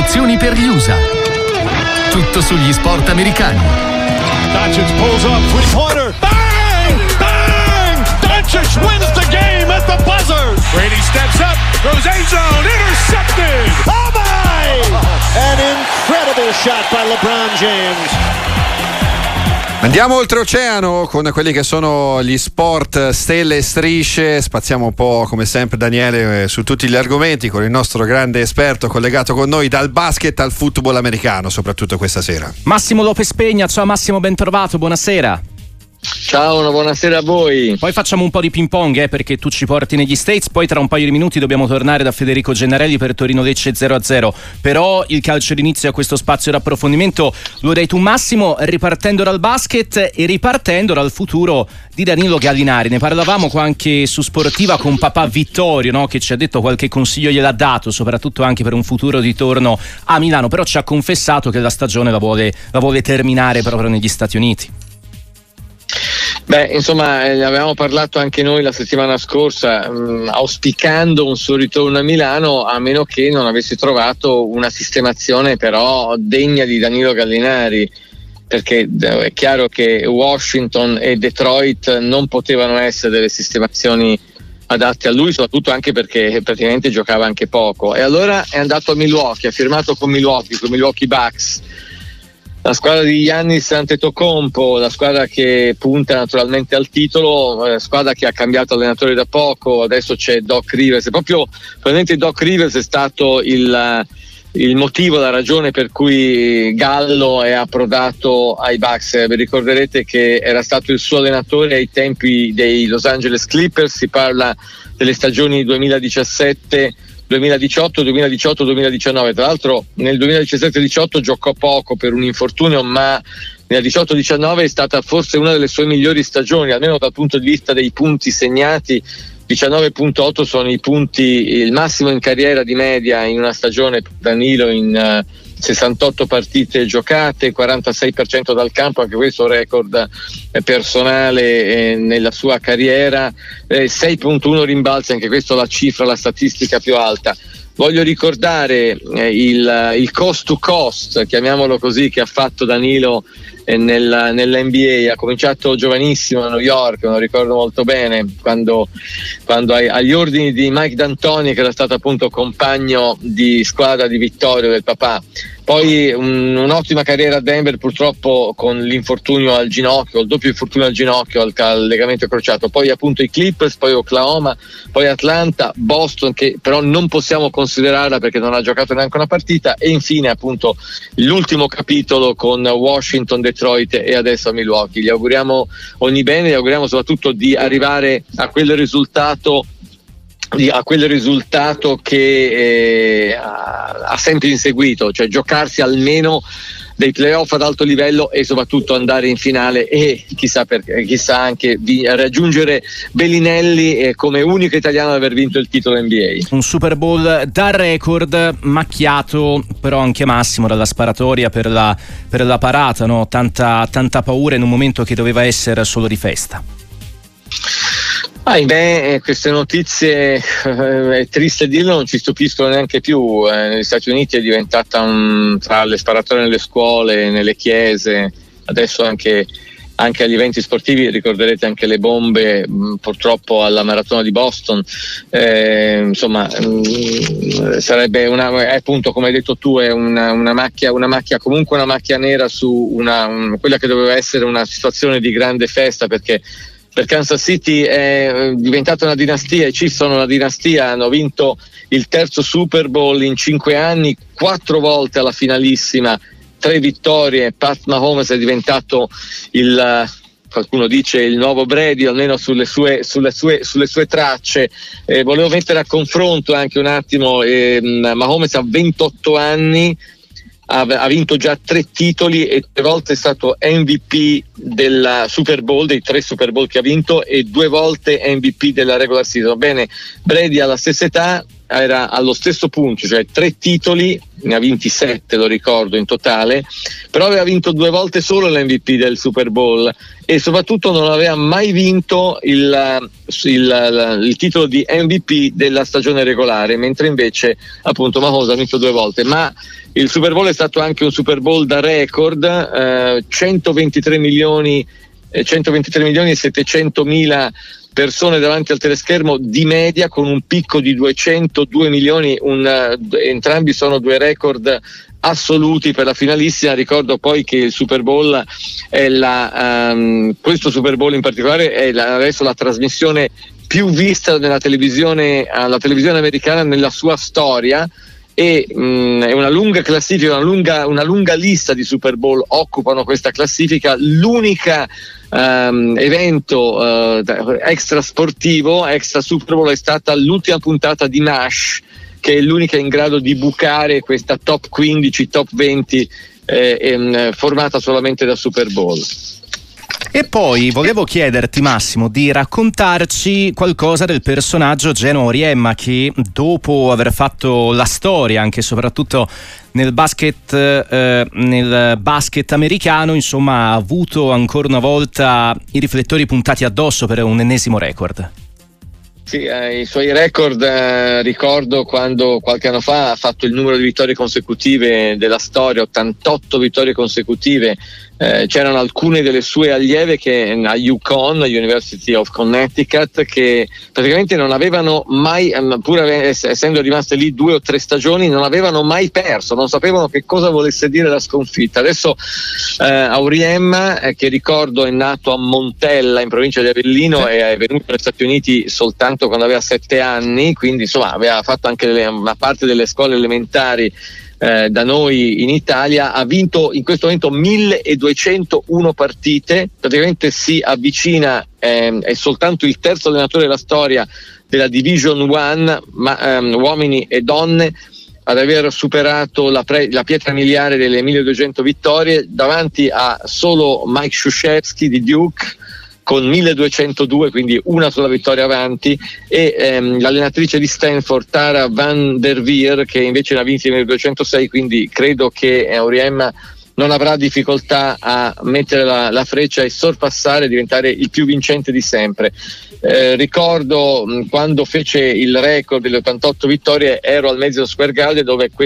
istruzioni per gli USA. Tutto sugli sport americani. Doncic pulls up, three-pointer. Bang! Bang! Doncic wins the game at the buzzer. Brady steps up, goes end zone, intercepted. Oh my! An incredible shot by LeBron James. Andiamo oltreoceano con quelli che sono gli sport stelle e strisce. Spaziamo un po' come sempre, Daniele, su tutti gli argomenti con il nostro grande esperto collegato con noi dal basket al football americano, soprattutto questa sera. Massimo Lopez Pegna. Ciao Massimo, ben trovato, buonasera. Ciao, una buonasera a voi. Poi facciamo un po' di ping pong perché tu ci porti negli States, poi tra un paio di minuti dobbiamo tornare da Federico Gennarelli per Torino Lecce 0-0. Però il calcio d'inizio a questo spazio d'approfondimento lo dai tu Massimo, ripartendo dal basket e ripartendo dal futuro di Danilo Gallinari. Ne parlavamo qua anche su Sportiva con papà Vittorio, no? Che ci ha detto qualche consiglio gliel'ha dato, soprattutto anche per un futuro ritorno a Milano, però ci ha confessato che la stagione la vuole terminare proprio negli Stati Uniti. Beh, insomma, avevamo parlato anche noi la settimana scorsa, auspicando un suo ritorno a Milano, a meno che non avessi trovato una sistemazione però degna di Danilo Gallinari, perché è chiaro che Washington e Detroit non potevano essere delle sistemazioni adatte a lui, soprattutto anche perché praticamente giocava anche poco. E allora è andato a Milwaukee, ha firmato con Milwaukee Bucks. La squadra di Giannis Antetokounmpo, la squadra che punta naturalmente al titolo, squadra che ha cambiato allenatore da poco, adesso c'è Doc Rivers, e proprio probabilmente Doc Rivers è stato il motivo, la ragione per cui Gallo è approdato ai Bucks. Vi ricorderete che era stato il suo allenatore ai tempi dei Los Angeles Clippers, si parla delle stagioni 2017 2018, 2019. Tra l'altro nel 2017-18 giocò poco per un infortunio, ma nel 18-19 è stata forse una delle sue migliori stagioni, almeno dal punto di vista dei punti segnati. 19.8 sono i punti, il massimo in carriera di media in una stagione per Danilo, in 68 partite giocate, 46% dal campo, anche questo record personale nella sua carriera, 6.1 rimbalzi, anche questo la cifra, la statistica più alta. Voglio ricordare il cost to cost, chiamiamolo così, che ha fatto Danilo nell'NBA. Ha cominciato giovanissimo a New York, me lo ricordo molto bene, quando agli ordini di Mike D'Antoni, che era stato appunto compagno di squadra di Vittorio, del papà. Poi un'ottima carriera a Denver, purtroppo con l'infortunio al ginocchio, il doppio infortunio al ginocchio, al legamento crociato. Poi appunto i Clippers, poi Oklahoma, poi Atlanta, Boston, che però non possiamo considerarla perché non ha giocato neanche una partita, e infine appunto l'ultimo capitolo con Washington, Detroit e adesso a Milwaukee. Gli auguriamo ogni bene, gli auguriamo soprattutto di arrivare a quel risultato che ha sempre inseguito, cioè giocarsi almeno dei playoff ad alto livello e soprattutto andare in finale e chissà anche di raggiungere Bellinelli come unico italiano ad aver vinto il titolo NBA. Un Super Bowl da record, macchiato però anche Massimo dalla sparatoria per la parata, no? Tanta paura in un momento che doveva essere solo di festa. Queste notizie, è triste dirlo, non ci stupiscono neanche più. Negli Stati Uniti è diventata tra le sparatorie nelle scuole, nelle chiese, adesso anche agli eventi sportivi. Ricorderete anche le bombe purtroppo alla maratona di Boston. Sarebbe appunto, come hai detto tu, è una macchia, comunque una macchia nera su quella che doveva essere una situazione di grande festa, perché per Kansas City è diventata una dinastia, i Chiefs sono una dinastia, hanno vinto il terzo Super Bowl in 5 anni, 4 volte alla finalissima, 3 vittorie. Pat Mahomes è diventato qualcuno dice il nuovo Brady, almeno sulle sue tracce. Volevo mettere a confronto anche un attimo, Mahomes ha 28 anni, ha vinto già 3 titoli e 3 volte è stato MVP del Super Bowl, dei 3 Super Bowl che ha vinto, e 2 volte MVP della regular season. Bene, Brady ha la stessa età, era allo stesso punto, cioè 3 titoli, ne ha vinti 7, lo ricordo, in totale, però aveva vinto 2 volte solo l'MVP del Super Bowl e soprattutto non aveva mai vinto il titolo di MVP della stagione regolare, mentre invece appunto Mahomes ha vinto 2 volte. Ma il Super Bowl è stato anche un Super Bowl da record, 123 milioni e 700 mila persone davanti al teleschermo di media, con un picco di 202 milioni, entrambi sono 2 record assoluti per la finalissima. Ricordo poi che il Super Bowl è questo Super Bowl in particolare è adesso la trasmissione più vista alla televisione americana nella sua storia, e è una lunga classifica, una lunga lista di Super Bowl occupano questa classifica. L'unica evento extra sportivo, extra Super Bowl, è stata l'ultima puntata di MASH, che è l'unica in grado di bucare questa top 15, top 20 formata solamente da Super Bowl. E poi volevo chiederti, Massimo, di raccontarci qualcosa del personaggio Geno Auriemma, che dopo aver fatto la storia anche e soprattutto nel basket americano, insomma, ha avuto ancora una volta i riflettori puntati addosso per un ennesimo record. Sì, i suoi record, ricordo quando qualche anno fa ha fatto il numero di vittorie consecutive della storia, 88 vittorie consecutive. C'erano alcune delle sue allieve che a UConn, University of Connecticut, che praticamente non avevano mai, pur essendo rimaste lì 2 o 3 stagioni, non avevano mai perso, non sapevano che cosa volesse dire la sconfitta. Adesso Auriemma, che ricordo è nato a Montella in provincia di Avellino, e è venuto negli Stati Uniti soltanto quando aveva 7 anni, quindi insomma aveva fatto anche una parte delle scuole elementari da noi in Italia. Ha vinto in questo momento 1201 partite, praticamente si avvicina, è soltanto il terzo allenatore della storia della Division 1, uomini e donne, ad aver superato la pietra miliare delle 1200 vittorie, davanti a solo Mike Krzyzewski di Duke con 1202, quindi una sola vittoria avanti, e l'allenatrice di Stanford Tara Van Der Veer, che invece ne ha vinti 1206, quindi credo che Auriemma non avrà difficoltà a mettere la freccia e sorpassare, diventare il più vincente di sempre. Ricordo quando fece il record delle 88 vittorie, ero al Madison Square Garden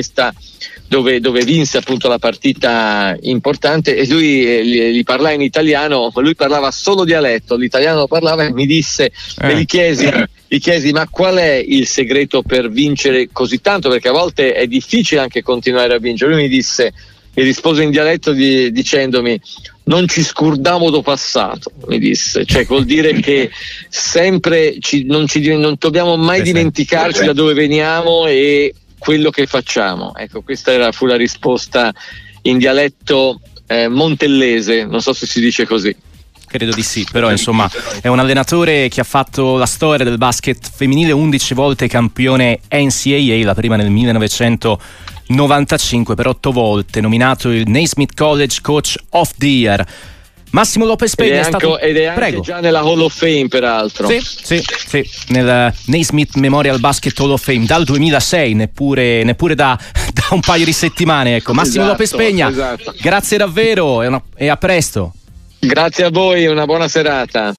dove vinse appunto la partita importante, e lui gli parlai in italiano, ma lui parlava solo dialetto, l'italiano lo parlava, e mi disse, gli chiesi ma qual è il segreto per vincere così tanto, perché a volte è difficile anche continuare a vincere. Lui mi rispose in dialetto dicendomi: non ci scurdiamo do passato, mi disse, cioè vuol dire che sempre non dobbiamo mai dimenticarci da dove veniamo e quello che facciamo. Ecco, questa fu la risposta in dialetto montellese, non so se si dice così. Credo di sì, però insomma è un allenatore che ha fatto la storia del basket femminile, 11 volte campione NCAA, la prima nel 1995, per 8 volte nominato il Naismith College Coach of the Year. Massimo Lopez Pegna ed è anche già nella Hall of Fame, peraltro. Sì, nel Naismith Memorial Basket Hall of Fame dal 2006, neppure da un paio di settimane, ecco. Massimo Lopez Pegna, grazie davvero e a presto. Grazie a voi, una buona serata.